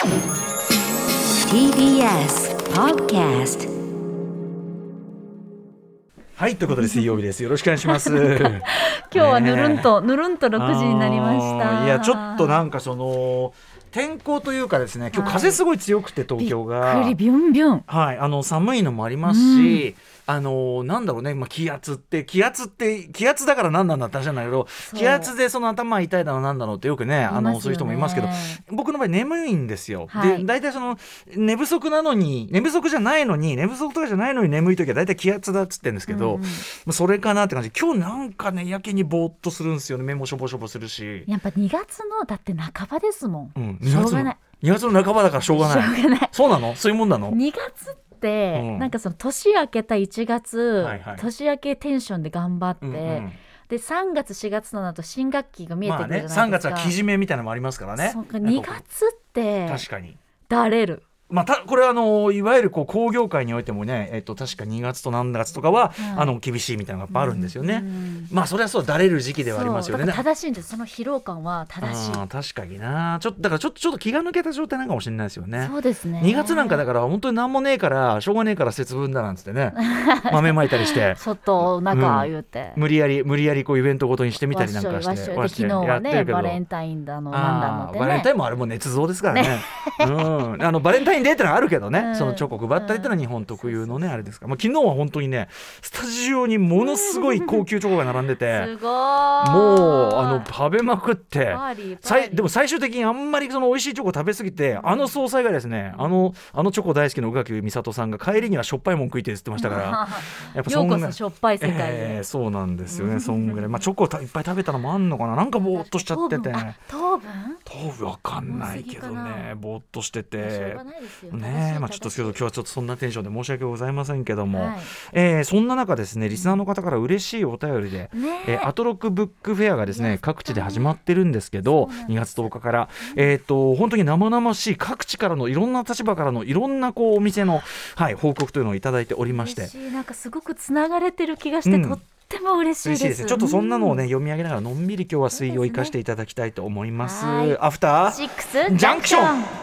TBS Podcast。 はい、ということで水曜日です。よろしくお願いします。 今日はぬるんと6時になりました。 いやちょっとなんか天候というかですね、今日風すごい強くて東京が、 びっくりビュンビュン、 はい、寒いのもありますし、なんだろうね、気圧だから何なんだって話じゃないけど、気圧でその頭痛いだろうなんだろうってよくね、そういう人もいますけど、僕の場合眠いんですよ、はい、で大体寝不足じゃないのに眠い時は大体気圧だっつってるんですけど、それかなって感じ。今日なんかねやけにぼーっとするんですよね。目もしょぼしょぼするし、 やっぱ2月のだって半ばですもん、 しょうがない。2月の半ばだからしょうがない。そうなの？そういうもんなの？ 2月ってなんか年明けた1月、年明けテンションで頑張って、で3月4月となると新学期が見えてくるじゃないですか。 3月はきじめみたいなのもありますからね。 そうか、2月って確かにだれる。 これはいわゆる工業界においてもね、確か2月と何月とかは、厳しいみたいなのがやっぱあるんですよね。それはそうだれる時期ではありますよね。 だから正しいんです。その疲労感は正しい。 確かにな。だからちょっと気が抜けた状態なんかもしれないですよね。 そうですね。 2月なんかだから本当に何もねえからしょうがねえから節分だなんつってね豆まいたりして外中言って、 無理やりイベントごとにしてみたりなんかして、 昨日はねバレンタインだのなんだのってね。 バレンタインもあれも捏造ですからね。バレンタインデーってのがあるけどね、そのチョコ配ったりってのは日本特有のねあれですから、昨日は本当にねスタジオにものすごい高級チョコが並んでてすごいもう食べまくって、でも最終的にあんまり美味しいチョコ食べ過ぎて、総裁がですねチョコ大好きの宇垣美里さんが帰りにはしょっぱいもん食いてって言ってましたからやっぱようこそしょっぱい世界へ、 そうなんですよね。そんぐらい、チョコいっぱい食べたのもあんのかな。なんかぼーっとしちゃってて、 糖分わかんないけどね、ぼーっとしててね。 ちょっと今日はちょっとそんなテンションで申し訳ございませんけども、そんな中ですね、リスナーの方から嬉しいお便りで、アトロックブックフェアがですね各地で始まってるんですけど、2月10日から、本当に生々しい各地からのいろんな立場からのいろんなお店の、報告というのをいただいておりまして、 なんかすごくつながれてる気がして、とっても嬉しいです。 ちょっとそんなのをね、読み上げながらのんびり今日は水曜生かしていただきたいと思います。アフターシックスジャンクション。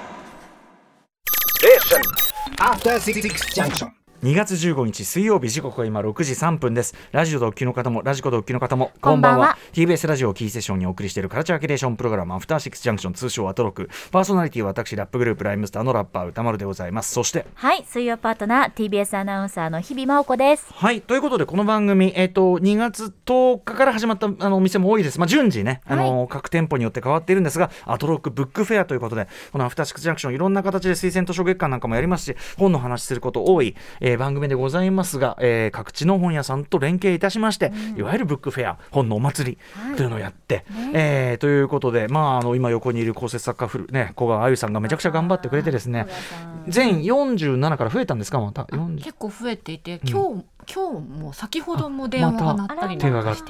After 66 junction。 2月15日水曜日、時刻は今6時3分です。ラジオドッキの方もラジコドッキの方もこんばんは。 TBS ラジオキーセッションにお送りしているカルチャーキュレーションプログラムアフターシックスジャンクション、通称アトロック。パーソナリティは私ラップグループライムスターのラッパー歌丸でございます。そして水曜パートナー TBS アナウンサーの日々真央子です。 ということでこの番組、2月10日から始まったお店も多いです。順次ね、各店舗によって変わっているんですが、アトロックブックフェアということで、このアフターシックスジャンクションいろんな形で推薦図書月間なんかもやりますし、本の話すること多い、番組でございますが、各地の本屋さんと連携いたしまして、いわゆるブックフェア、本のお祭りというのをやって、ということで、今横にいる構成作家古川あゆさんがめちゃくちゃ頑張ってくれてですね、全47から増えたんですか。また結構増えていて、今日も先ほども電話が鳴ったり手が上がって、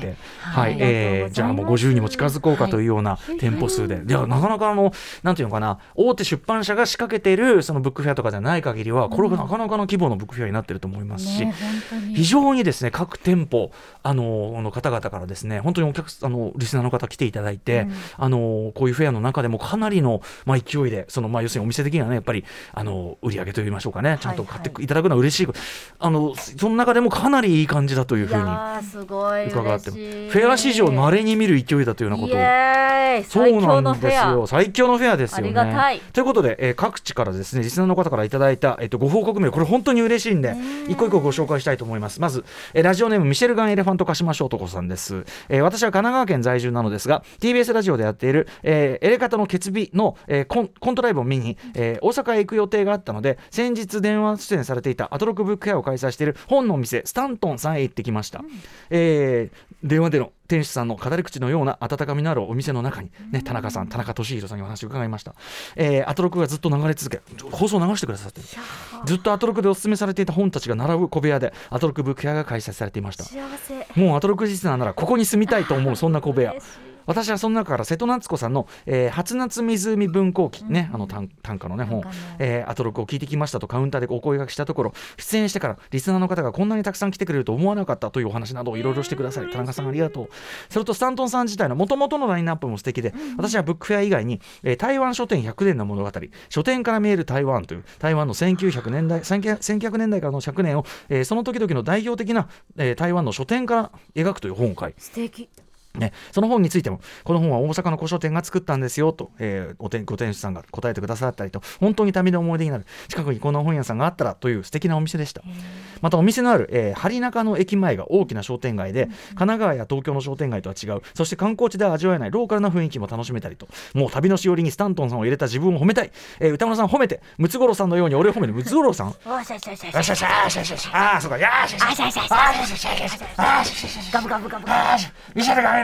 じゃあもう50にも近づこうかというような店舗数で、いやなかなかなんていうのかな、大手出版社が仕掛けているそのブックフェアとかじゃない限りは、これがなかなかの規模のブックフェアになっていると思いますし、非常にですね各店舗の方々からですね、本当にリスナーの方来ていただいて、こういうフェアの中でもかなりの、勢いで要するにお店的にはねやっぱり売り上げといいましょうかね、ちゃんと買っていただくのは嬉しい。その中でもかなりいい感じだというふうに伺って、フェア史上稀に見る勢いだというようなことを、そうなんですよ、最強のフェアですよね。 ありがたいということで、各地からですねリスナーの方からいただいた、ご報告メール、これ本当に嬉しいんで一個一個ご紹介したいと思います。まず、ラジオネームミシェルガンエレファントカシマショウトコさんです。私は神奈川県在住なのですが TBS ラジオでやっている、エレカタの決日の、コントライブを見に、大阪へ行く予定があったので、先日電話出演されていたアトロックブックフェアを開催している本のお店スタントンさんへ行ってきました。電話での店主さんの語り口のような温かみのあるお店の中に、田中俊弘さんにお話を伺いました。アトロックがずっと流れ続け、放送を流してくださって、ずっとアトロックでお勧めされていた本たちが並ぶ小部屋でアトロックブックフェアが開催されていました。もうアトロックリスナーならここに住みたいと思う、そんな小部屋。 私はその中から瀬戸夏子さんの、初夏湖文庫記ね、短歌のね本、アトロクを聞いてきましたとカウンターでお声掛けしたところ、出演してからリスナーの方がこんなにたくさん来てくれると思わなかったというお話などをいろいろしてくださり、田中さんありがとう。それとスタントンさん自体の元々のラインナップも素敵で、私はブックフェア以外に、台湾書店100年の物語、書店から見える台湾という台湾の1900年代からの100年を、その時々の代表的な、台湾の書店から描くという本を書いて、 素敵ね、その本についてもこの本は大阪の古書店が作ったんですよと、ご店主さんが答えてくださったりと、本当に旅の思い出になる、近くにこんな本屋さんがあったらという素敵なお店でした。またお店のある、針中の駅前が大きな商店街で、神奈川や東京の商店街とは違う、そして観光地では味わえないローカルな雰囲気も楽しめたりと、もう旅のしおりにスタントンさんを入れた自分を褒めたい、歌村さん褒めて、ムツゴロウさんのように俺を褒めるムツゴロウさん、あそうか、やーしガブガブガブ見せてが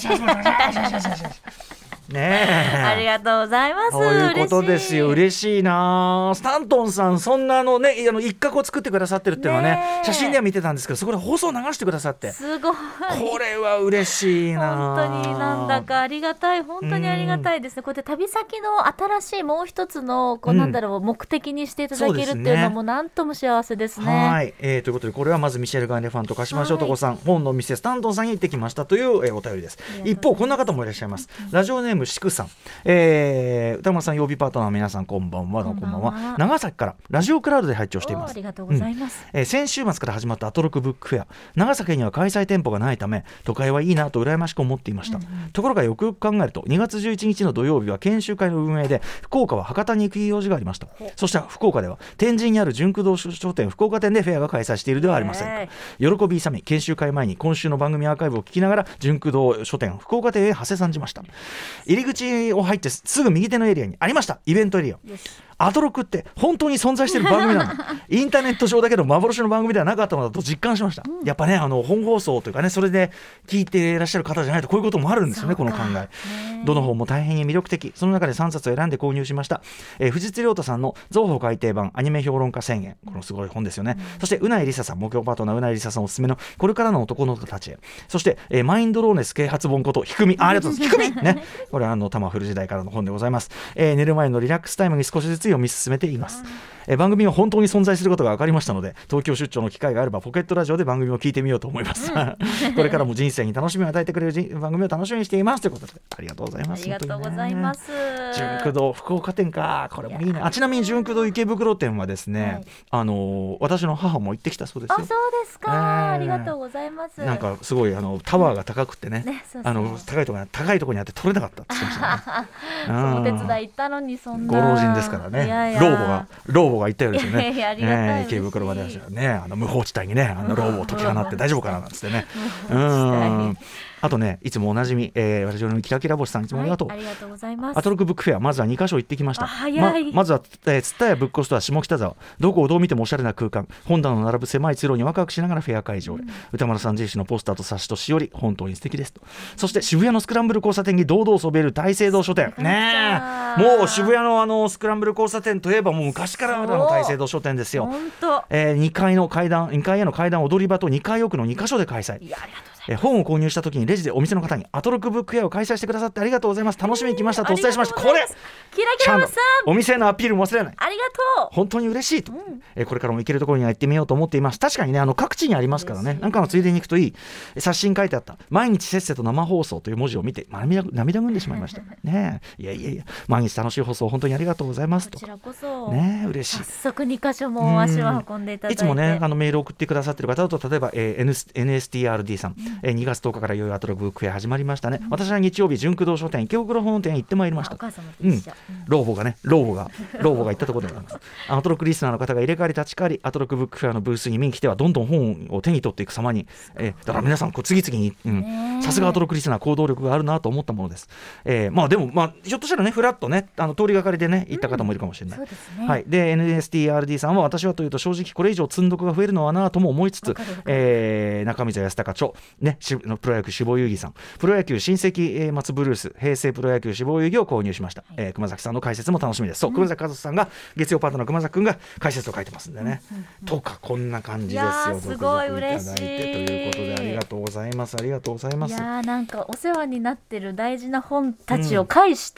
ねえ、 ありがとうございます。 そういうことですよ。嬉しいな。スタントンさんそんな一角を作ってくださってるっていうのはね、写真では見てたんですけど、そこで放送流してくださって、 すごい、 これは嬉しいな。 本当になんだかありがたい、本当にありがたいですね。こうやって旅先の新しいもう一つのなんだろう、目的にしていただけるっていうのもなんとも幸せですね。 はい、ということでこれはまずミシェル・ガンレファント鹿島翔子さん、本の店スタントンさんに行ってきましたという、お便りです。一方こんな方もいらっしゃいます。ラジオネームシクさん、歌村さん曜日パートナーの皆さんこんばんは。長崎からラジオクラウドで拝聴しています。 ありがとうございます。 先週末から始まったアトロクブックフェア、長崎には開催店舗がないため都会はいいなと羨ましく思っていました。ところがよくよく考えると2月11日の土曜日は研修会の運営で、福岡は博多に行く用事がありました。そして福岡では天神にある純駆動書店福岡店でフェアが開催しているではありませんか。喜び勇み、研修会前に今週の番組アーカイブを聞きながら純駆動書店福岡店へ馳せ参じました。入り口を入ってすぐ右手のエリアにありました、イベントエリア。アトロクって本当に存在している番組なんだインターネット上だけど幻の番組ではなかったのだと実感しました。やっぱね、本放送というかね、それで聞いていらっしゃる方じゃないとこういうこともあるんですよね、この考え。どの本も大変に魅力的。その中で3冊を選んで購入しました。藤津亮太さんの増補改訂版アニメ評論家宣言、このすごい本ですよね。そしてうないりささん、目標パートナーうないりささんおすすめのこれからの男の人たちへ。そして、マインドローネス啓発本ことひくみ、ありがとうございます、ひくみね、これはタマフル時代からの本でございます。寝る前のリラックスタイムに少しずつ読み進めています。番組は本当に存在することが分かりましたので、東京出張の機会があればポケットラジオで番組を聞いてみようと思いますこれからも人生に楽しみを与えてくれる番組を楽しみにしていますということで、ありがとうございます。 ありがとうございます。 純駆動福岡店か、これもいいね。ちなみに純駆動池袋店はですね、私の母も行ってきたそうですよ。 あ、そうですか、ありがとうございます。 なんかすごいタワーが高くてね、高いところにあって取れなかったって言ってましたねそのお手伝い行ったのに、そんなご老人ですからね。老母が言ったようですよねありがたい、 池袋までね、無法地帯にね、老母を解き放って大丈夫かななんつってねあとね、いつもおなじみ、ラジオのキラキラ星さん、いつもありがとう。 ありがとうございます。 アトロクブックフェア、まずは2カ所行ってきました。 早い。 まずはツッタヤブックオストア下北沢、どこをどう見てもおしゃれな空間、本棚の並ぶ狭い通路にワクワクしながらフェア会場へ。歌丸さん自身のポスターと冊子としおり、本当に素敵ですと。そして渋谷のスクランブル交差点に堂々そびえる大聖堂書店ねえ、もう渋谷のスクランブル交差点といえばもう昔からある大聖堂書店ですよ。2階への階段踊り場と2階奥の2カ所で開催。本を購入した時にレジでお店の方にアトロクブックフェアを開催してくださってありがとうございます、楽しみに来ましたとお伝えしました。これキラキラさん、 お店へのアピールも忘れない。 ありがとう、 本当に嬉しいと、これからも行けるところには行ってみようと思っています。確かにね、各地にありますからね、なんかのついでに行くといい。冊子に書いてあった毎日せっせと生放送という文字を見て涙ぐんでしまいましたね。いや毎日楽しい放送本当にありがとうございますと。 こちらこそね、嬉しい。 早速2カ所も足を運んでいただいて、 いつもねメールを送ってくださっている方だと、例えば、NSTRD さん、2月10日からいよいよアトロクブックフェア始まりましたね。私は日曜日純駆動書店池袋本店へ行ってまいりました。老母が行ったところでございますアトロクリスナーの方が入れ替わり立ち替わり、アトロクブックフェアのブースに見に来てはどんどん本を手に取っていく様に、だから皆さん次々に、さすがアトロクリスナー行動力があるなと思ったものです。でもひょっとしたらね、フラッとね通りがかりでね行った方もいるかもしれない。 そうですね。 はい。で NSTRD さんは、私はというと正直これ以上積んどくが増えるのはなとも思いつつ、中溝康隆著ね、プロ野球志望遊戯さん、プロ野球新世紀末ブルース平成プロ野球志望遊戯を購入しました。熊崎さんの解説も楽しみです。そう、熊崎和人さんが月曜パートナー熊崎くんが解説を書いてますんでね、とかこんな感じですよ。 すごい嬉しいということでありがとうございます。ありがとうございます。 いやなんかお世話になってる大事な本たちを介して、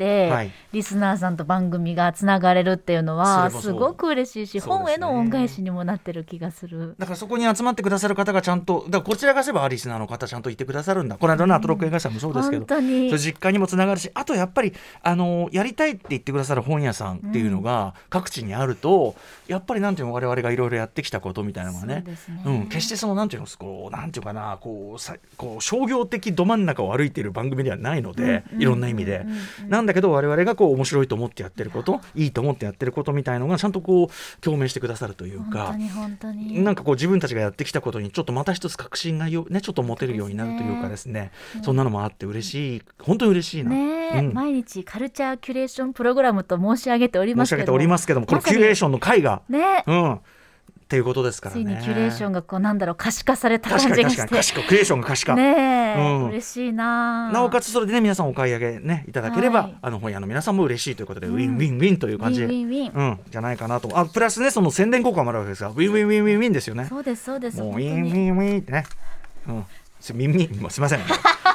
リスナーさんと番組がつながれるっていうのはすごく嬉しいし、本への恩返しにもなってる気がする。 だからそこに集まってくださる方がちゃんと、だからこちらがせばリスナーの方ちゃんと言ってくださるんだ。この間のアトロック映画祭もそうですけど、それ実家にもつながるし、あとやっぱりやりたいって言ってくださる本屋さんっていうのが各地にあると、やっぱりなんていうの我々がいろいろやってきたことみたいなのがね、決してそのなんていうのこうなんていうかなこう商業的ど真ん中を歩いている番組ではないので、いろんな意味で、なんだけど我々がこう面白いと思ってやってること、いいと思ってやってることみたいのがちゃんとこう共鳴してくださるというか、 本当になんかこう自分たちがやってきたことにちょっとまた一つ確信がちょっと持てるようになるというかですね、そんなのもあって嬉しい、本当に嬉しいな、 毎日カルチャーキュレーションプログラムと申し上げておりますけども、 このキュレーションの会がっていうことですからね。 ついにキュレーションがこうなんだろう可視化された感じがして、 キュレーションが可視化嬉しいなおかつそれでね皆さんお買い上げねいただければ、本屋の皆さんも嬉しいということで、ウィンウィンウィンという感じでじゃないかなと。プラスねその宣伝効果もあるわけですが、ウィンウィンウィンウィンウィンですよね。 そうですそうです。 もうウィンウィンウィンってね、耳もすいません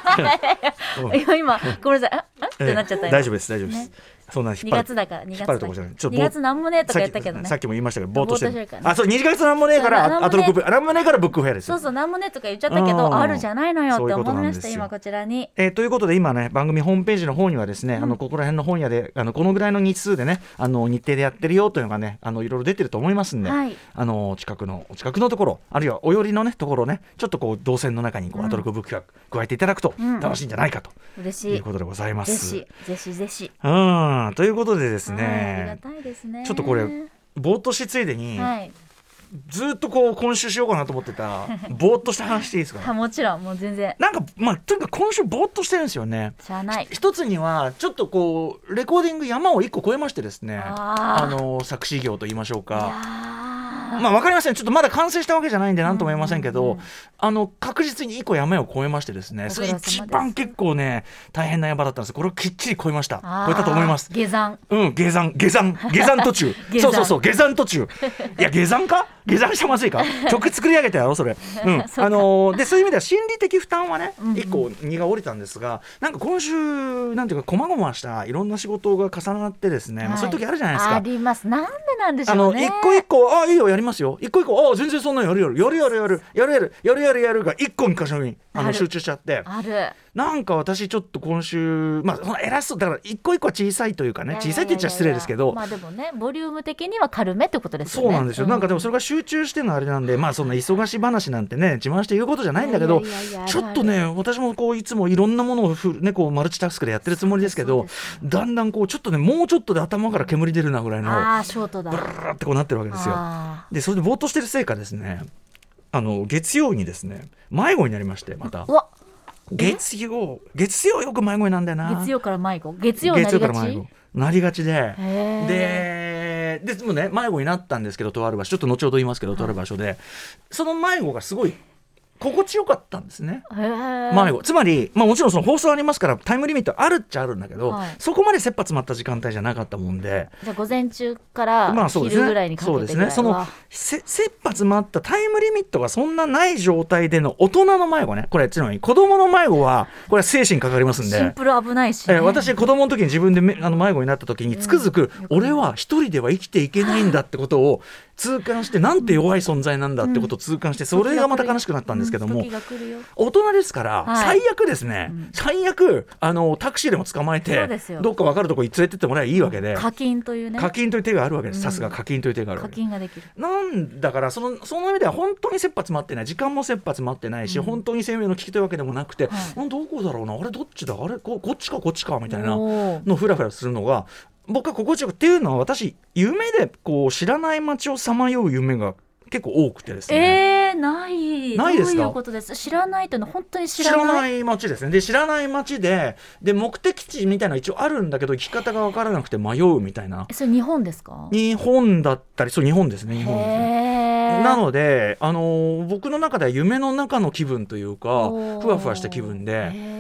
今ごめんなさいってなっちゃった。 大丈夫です大丈夫です、そんな 2月だから2 月とこじゃない。 2月なんもねえとか言ったけどね。 さっきも言いましたけどぼーっとしてる。そう2月なんもねえからあと6なんもねえからブックフェアですよ。 そうなんもねえとか言っちゃったけど、あるじゃないのよって思いました今こちらに。 ということで今ね番組ホームページの方にはですね、ここら辺の本屋でこのぐらいの日数でね日程でやってるよというのがねいろいろ出てると思いますんで、近くのところあるいは最寄りのねところねちょっとこう動線の中にアトロックブックフェア加えていただくと楽しいんじゃないかということでございます。 ぜひということでですね、 ありがたいですね。 ちょっとこれぼーっとしついでに、ずっとこう今週しようかなと思ってたぼーっとした話していいですか、 もちろんもう全然なんかとにかく今週ぼーっとしてるんですよね。 しゃあない。 一つにはちょっとこうレコーディング山を1個越えましてですね、作詞業と言いましょうか、分かりません、ちょっとまだ完成したわけじゃないんで何とも言えませんけど、確実に1個山を越えましてですね、それ一番結構ね大変な山だったんです。これをきっちり越えました。越えたと思います。 下山途中そう下山途中いや下山か下山したまずいか曲作り上げてやろそれ、でそういう意味では心理的負担はね1個荷が下りたんですが、なんか今週なんていうか細々したいろんな仕事が重なってですね、そういう時あるじゃないですか。 あります。なんでなんでしょうね。 一個一個いいよやりますよ、一個一個全然そんなのやるが一個に箇所に集中しちゃって、なんか私ちょっと今週偉そうだから一個一個は小さいというかね、小さいって言っちゃ失礼ですけど、 でもねボリューム的には軽めってことですよね。 そうなんですよ。なんかでもそれが集中してのあれなんで、そんな忙しい話なんてね自慢して言うことじゃないんだけど、ちょっとね私もこういつもいろんなものをこうマルチタスクでやってるつもりですけど、だんだんこうちょっとねもうちょっとで頭から煙出るなぐらいのショートだブラーってこうなってるわけですよ。でそれでぼーっとしてるせいかですね、月曜にですね迷子になりまして、また月曜よく迷子になんだよな。 月曜から迷子なりがちでもね迷子になったんですけど、とある場所ちょっと後ほど言いますけど、とある場所でその迷子がすごい心地よかったんですね。迷子つまり、もちろんその放送ありますからタイムリミットあるっちゃあるんだけど、そこまで切羽詰まった時間帯じゃなかったもんで、 じゃあ午前中から昼ぐらいにかけてぐらいは、そうですね、 その切羽詰まったタイムリミットがそんなない状態での大人の迷子ね、これちなみに子供の迷子はこれは精神かかりますんで、 シンプル危ないし、 私子供の時に自分で迷子になった時につくづく、俺は一人では生きていけないんだってことを痛感して、なんて弱い存在なんだってことを痛感して、それがまた悲しくなったんですけども、大人ですから、最悪ですね、最悪タクシーでも捕まえてどっか分かるところに連れてってもらえばいいわけで、 課金という手があるわけです。さすが課金という手があるわけです。 課金ができる。 なんだからその意味では本当に切羽詰まってない、時間も切羽詰まってないし、本当に生命の危機というわけでもなくて、どこだろうな、あれどっちだ、あれこっちかみたいなのフラフラするのが僕は心地よくっていうのは、私夢でこう知らない街をさまよう夢が結構多くてですね。 ないですか。 どういうことです？知らないというのは本当に知らない街ですね。で知らない街で目的地みたいなの一応あるんだけど、行き方が分からなくて迷うみたいな。 それ日本ですか？ 日本だったり、そう日本ですね。なので僕の中では夢の中の気分というか、ふわふわした気分で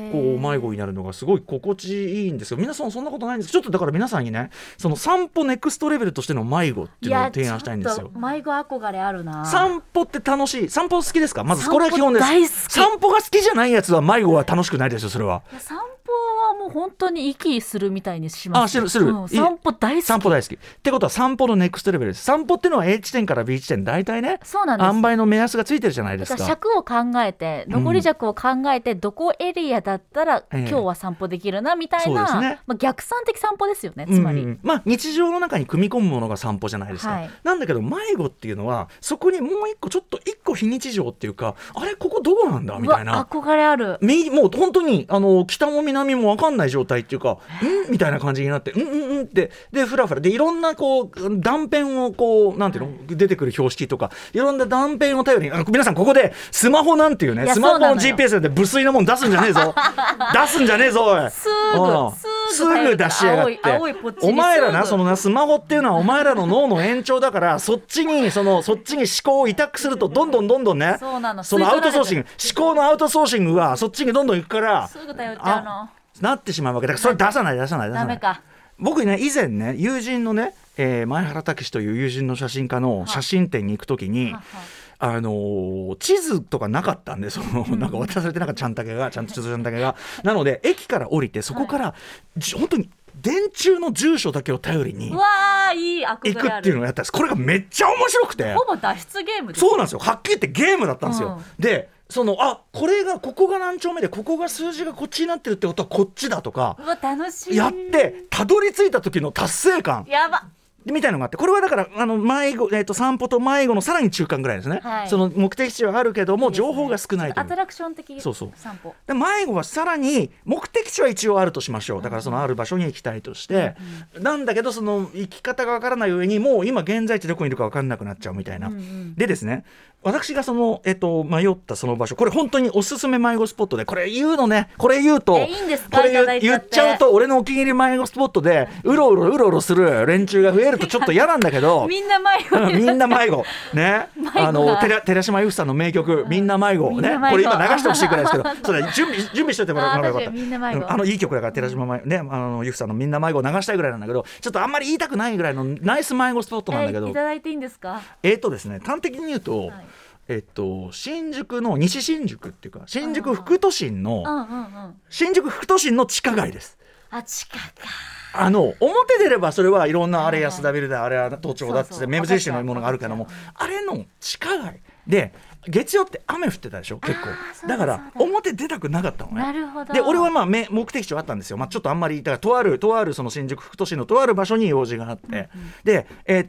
こう迷子になるのがすごい心地いいんですよ。皆さんそんなことないんです。ちょっとだから皆さんにね、その散歩ネクストレベルとしての迷子っていうのを提案したいんですよ。 迷子憧れあるな。 散歩って楽しい。散歩好きですか？まずこれは基本です。 大好き。 散歩が好きじゃないやつは迷子は楽しくないですよ。それは散歩はもう本当に息するみたいにします。 する、 散歩大好き。 散歩大好きってことは散歩のネクストレベルです。散歩っていうのは A 地点から B 地点大体ね、 そうなんです。 塩梅の目安がついてるじゃないですか。 尺を考えて、上り尺を考えて、どこエリアだったら今日は散歩できるなみたいな、ね、逆算的散歩ですよね、つまり、 日常の中に組み込むものが散歩じゃないですか、なんだけど迷子っていうのはそこにもう一個ちょっと一個非日常っていうか、あれここどこなんだみたいな、 憧れある。 もう本当に北も南も分かんない状態っていうか、みたいな感じになって、ってでフラフラでいろんなこう断片をこうなんていうの出てくる標識とかいろんな断片を頼りに、皆さんここでスマホなんていうね、スマホの GPS で無粋なもん出すんじゃねえぞ出すんじゃねえぞおい、すぐ出しやがって。お前らな、そのなスマホっていうのはお前らの脳の延長だからそっちに思考を委託するとどんどんね、そのアウトソーシング、思考のアウトソーシングがそっちにどんどん行くからすぐ頼っちゃうのなってしまうわけだから、それ出さないダメか。僕ね以前ね友人のね、前原武という友人の写真家の写真展に行くときに、地図とかなかったんで、なんか渡されてなんかちゃんたけがなので駅から降りてそこから、本当に電柱の住所だけを頼りに行くっていうのをやったんです。これがめっちゃ面白くて、 ほぼ脱出ゲームです。 そうなんですよ。はっきり言ってゲームだったんですよ、でここが何丁目でここが数字がこっちになってるってことはこっちだとか楽しいやってたどり着いた時の達成感やばみたいのがあって、これはだから迷子、散歩と迷子のさらに中間ぐらいですね、その目的地はあるけども情報が少ないというアトラクション的散歩で、迷子はさらに目的地は一応あるとしましょう。だからそのある場所に行きたいとして、なんだけどその行き方がわからない上にもう今現在地どこにいるかわからなくなっちゃうみたいな、でですね、私が迷ったその場所、これ本当におすすめ迷子スポットで、これ言うといいんですか、 これ言っちゃうと俺のお気に入り迷子スポットでうろうろする連中が増えるとちょっと嫌なんだけどみんな迷子ね、寺島由布さんの名曲みんな迷子ね、これ今流してほしいくらいですけどそれ準備しておいてもらえばよかった。いい曲だから寺島由布さんのみんな迷子を流したいぐらいなんだけど、ちょっとあんまり言いたくないぐらいのナイス迷子スポットなんだけど、 いただいていいんですか？ ですね、端的に言うと、新宿の西新宿っていうか新宿副都心の地下街です。 地下か。 表出ればそれはいろんなあれ安田ビルだ、あれは都庁だって名物印のものがあるけども、あれの地下街で月曜って雨降ってたでしょ結構。だから表出たくなかったのね。 なるほど。 で俺は目的地はあったんですよ、ちょっとあんまりだからとあるその新宿副都心のとある場所に用事があって、で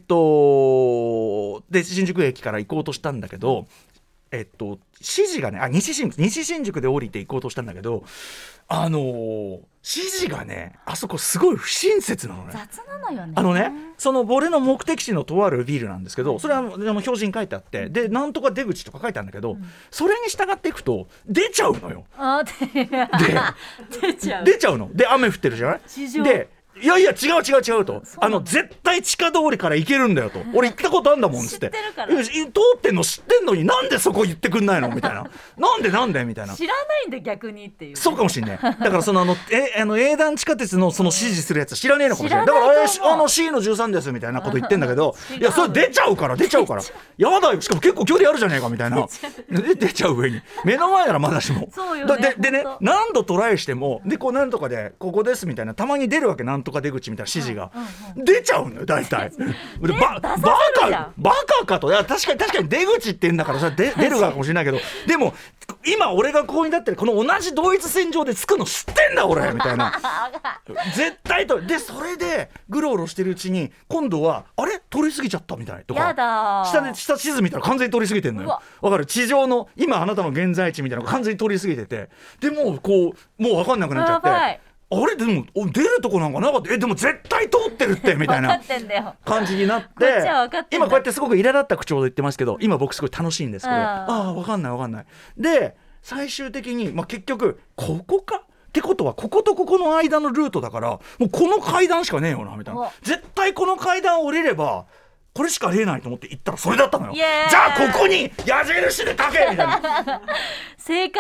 新宿駅から行こうとしたんだけど、指示がね西新宿で降りて行こうとしたんだけど、指示がねあそこすごい不親切なのね。 雑なのよね。 その俺の目的地のとあるビルなんですけど、それは標準に書いてあって、でなんとか出口とか書いてあるんだけど、それに従っていくと出ちゃうのよ。出ちゃうので、雨降ってるじゃない。でいや違うと、絶対地下通りから行けるんだよと、俺行ったことあるんだもんっつって、通ってんの知ってんのになんでそこ言ってくんないのみたいななんでみたいな、 知らないんで逆にっていう、 そうかもしんない。だからその営団地下鉄のその指示するやつ知らねえのかもしれない。だからC の13ですみたいなこと言ってんだけど、いやそれ出ちゃうからやだよ、しかも結構距離あるじゃねえかみたいな出ちゃう上に目の前ならまだしもでね、何度トライしてもでこうなんとかでここですみたいなたまに出るわけ、なんとか出口みたいな指示が出ちゃうのよ大体。バカかと。いや確かに出口って言うんだからさ出るかもしれないけど、でも今俺がここに立ってるこの同じ同一線上で着くの知ってんだ俺みたいな絶対と。でそれでグローロしてるうちに今度はあれ通り過ぎちゃったみたいとか、下地図見たら完全に通り過ぎてんのよ。わかる？地上の今あなたの現在地みたいなのが完全に通り過ぎてて、でもう分かんなくなっちゃって、あれでも出るとこなんかなかった、でも絶対通ってるってみたいな感じになって今こうやってすごく苛立った口調で言ってますけど、今僕すごい楽しいんですこれ。分かんないで最終的に、結局ここかってことはこことここの間のルートだからもうこの階段しかねえよなみたいな、絶対この階段降りればこれしかありえないと思って行ったらそれだったのよ。じゃあここに矢印で書けみたいな正解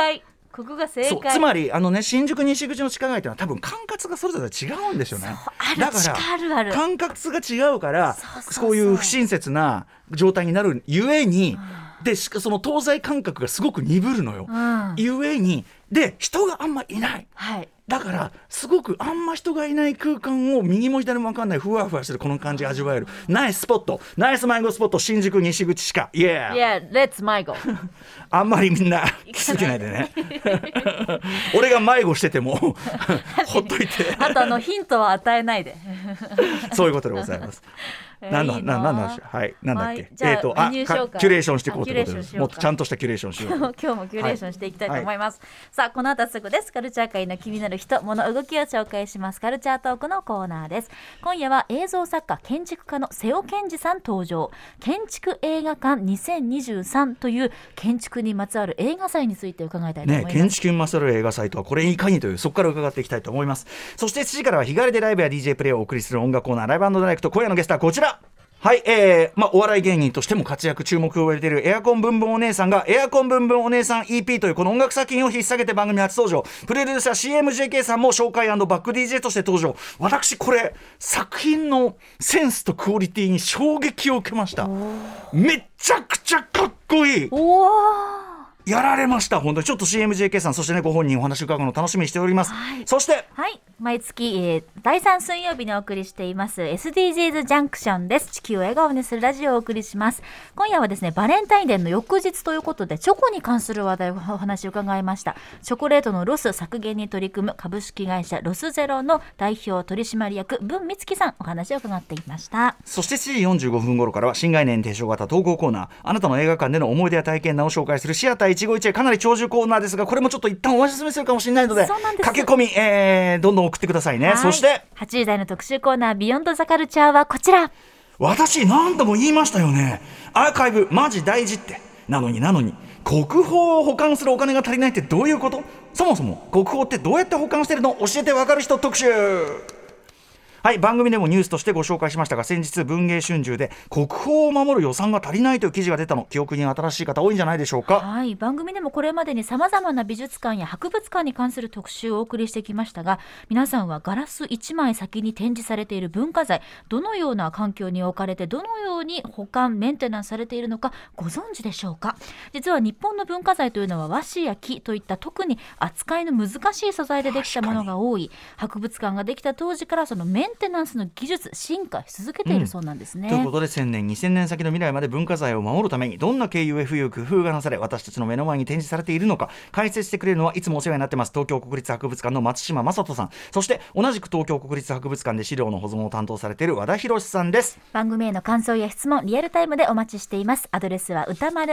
ここが正解。 そうつまり新宿西口の地下街っていうのは多分管轄がそれぞれ違うんですよね。だから管轄が違うからそういう不親切な状態になるゆえに、でその東西感覚がすごく鈍るのよ、ゆえにで人があんまいない、だからすごくあんま人がいない空間を右も左も分かんないふわふわしてるこの感じ味わえるナイススポット、ナイス迷子スポット、新宿西口地下、イエー、 Yeah, let's 迷子あんまりみんな来すぎないでね俺が迷子しててもほっといてあとヒントは与えないでそういうことでございますなんだっけ、キュレーションしていこうということです。もっとちゃんとしたキュレーションしよう今日もキュレーションしていきたいと思います、さあこの後すぐです。カルチャー界の気になる人物動きを紹介しますカルチャートークのコーナーです。今夜は映像作家建築家の瀬尾健二さん登場。建築映画館2023という建築にまつわる映画祭について伺いたいと思います、 建築にまつわる映画祭とはこれいかにという、そこから伺っていきたいと思います。そして7時からは日帰りでライブや DJ プレイをお送りする音楽コーナーライブ&ダイレクト。今夜のゲストはこちら、はい、お笑い芸人としても活躍注目を浴びているエアコンブンブンお姉さんがエアコンブンブンお姉さん EP というこの音楽作品を引っ提げて番組初登場。プロデューサー CMJK さんも紹介&バック DJ として登場。私これ作品のセンスとクオリティに衝撃を受けました。めちゃくちゃかっこいい。やられました本当に。ちょっと CMJK さんそしてねご本人お話伺うの楽しみにしております、そして、 毎月、第3水曜日にお送りしています SDGs ジャンクションです。地球を笑顔にするラジオをお送りします。今夜はですねバレンタインデーの翌日ということでチョコに関する話題をお話を伺いました。チョコレートのロス削減に取り組む株式会社ロスゼロの代表取締役文美月さんお話を伺っていました。 そして7時45分頃からは新概念提唱型投稿コーナー、あなたの映画館での思い出や体験談を紹介するシアター一期一会、かなり長寿コーナーですがこれもちょっと一旦お休みするかもしれないので駆け込み、どんどん送ってくださいね。そして 8時台の特集コーナービヨンドザカルチャーはこちら。 私何度も言いましたよね、アーカイブマジ大事って。なのに国宝を保管するお金が足りないってどういうこと？そもそも国宝ってどうやって保管してるの？教えてわかる人特集。はい、番組でもニュースとしてご紹介しましたが先日文藝春秋で国宝を守る予算が足りないという記事が出たの、記憶に新しい方多いんじゃないでしょうか。 はい、番組でもこれまでに様々な美術館や博物館に関する特集をお送りしてきましたが、皆さんはガラス1枚先に展示されている文化財、どのような環境に置かれてどのように保管メンテナンスされているのかご存知でしょうか。実は日本の文化財というのは和紙や木といった特に扱いの難しい素材でできたものが多い。博物館ができた当時からそのメンテナンスの技術進化し続けているそうなんですね、 ということで1000年2000年先の未来まで文化財を守るためにどんな経由や工夫がなされ私たちの目の前に展示されているのか解説してくれるのはいつもお世話になってます東京国立博物館の松島正人さん、そして同じく東京国立博物館で資料の保存を担当されている和田博さんです。 番組への感想や質問リアルタイムでお待ちしています。アドレスは歌丸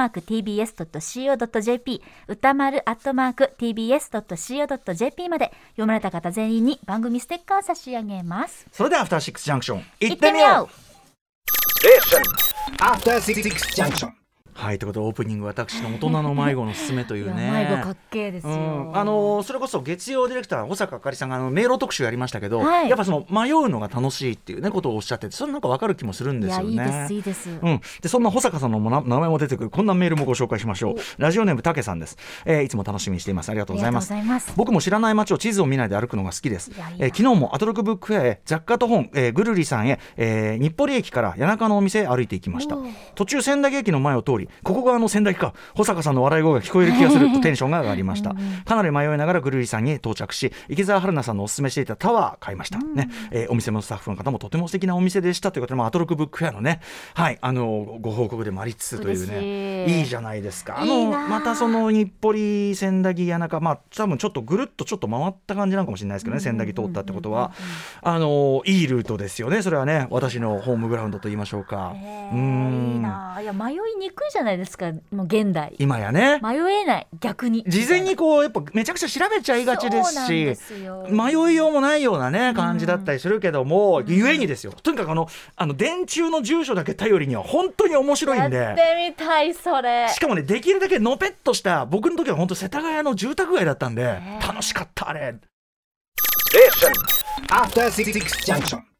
@tbs.co.jp 歌丸@tbs.co.jp まで。読まれた方全員に番組ステッカー差し上げます。 それではアフターシックスジャンクション行ってみよう。 アフターシックスジャンクション。 はい、ということでオープニング私の大人の迷子のすすめというね迷子かっけーですよ、 それこそ月曜ディレクター保坂あかりさんが迷路特集やりましたけど、 はい、 やっぱその迷うのが楽しいっていうねことをおっしゃっててそれなんか分かる気もするんですよね。 いやいいです、 でそんな保坂さんの名前も出てくるこんなメールもご紹介しましょう。ラジオネームたけさんです、いつも楽しみにしています。ありがとうございます。僕も知らない街を地図を見ないで歩くのが好きです。昨日もアトロクブックフェアへ雑貨と本、ぐるりさんへ、日暮里駅から谷中のお店へ歩いていきました。途中千駄木駅の前を通りここ側の千駄木か保坂さんの笑い声が聞こえる気がするとテンションが上がりましたかなり迷いながらぐるりさんに到着し池澤春菜さんのおすすめしていたタワー買いました、お店のスタッフの方もとても素敵なお店でしたということで、アトロクブックフェアのね、はい、ご報告でもありつつというねいいじゃないですか。またその日暮里千駄木谷中、多分ちょっとぐるっとちょっと回った感じなのかもしれないですけどね、千駄木通ったってことは、いいルートですよね。それはね私のホームグラウンドと言いましょうか。いいな。いや迷いにくいじゃないですかもう現代今やね迷えない。逆に事前にこうやっぱめちゃくちゃ調べちゃいがちですし迷いようもないようなね感じだったりするけども、ゆえにですよ、とにかく電柱の住所だけ頼りには本当に面白いんでやってみたい。それしかもねできるだけのぺっとした僕の時は本当世田谷の住宅街だったんで楽しかったあれ。 アフターシックスジャンクション。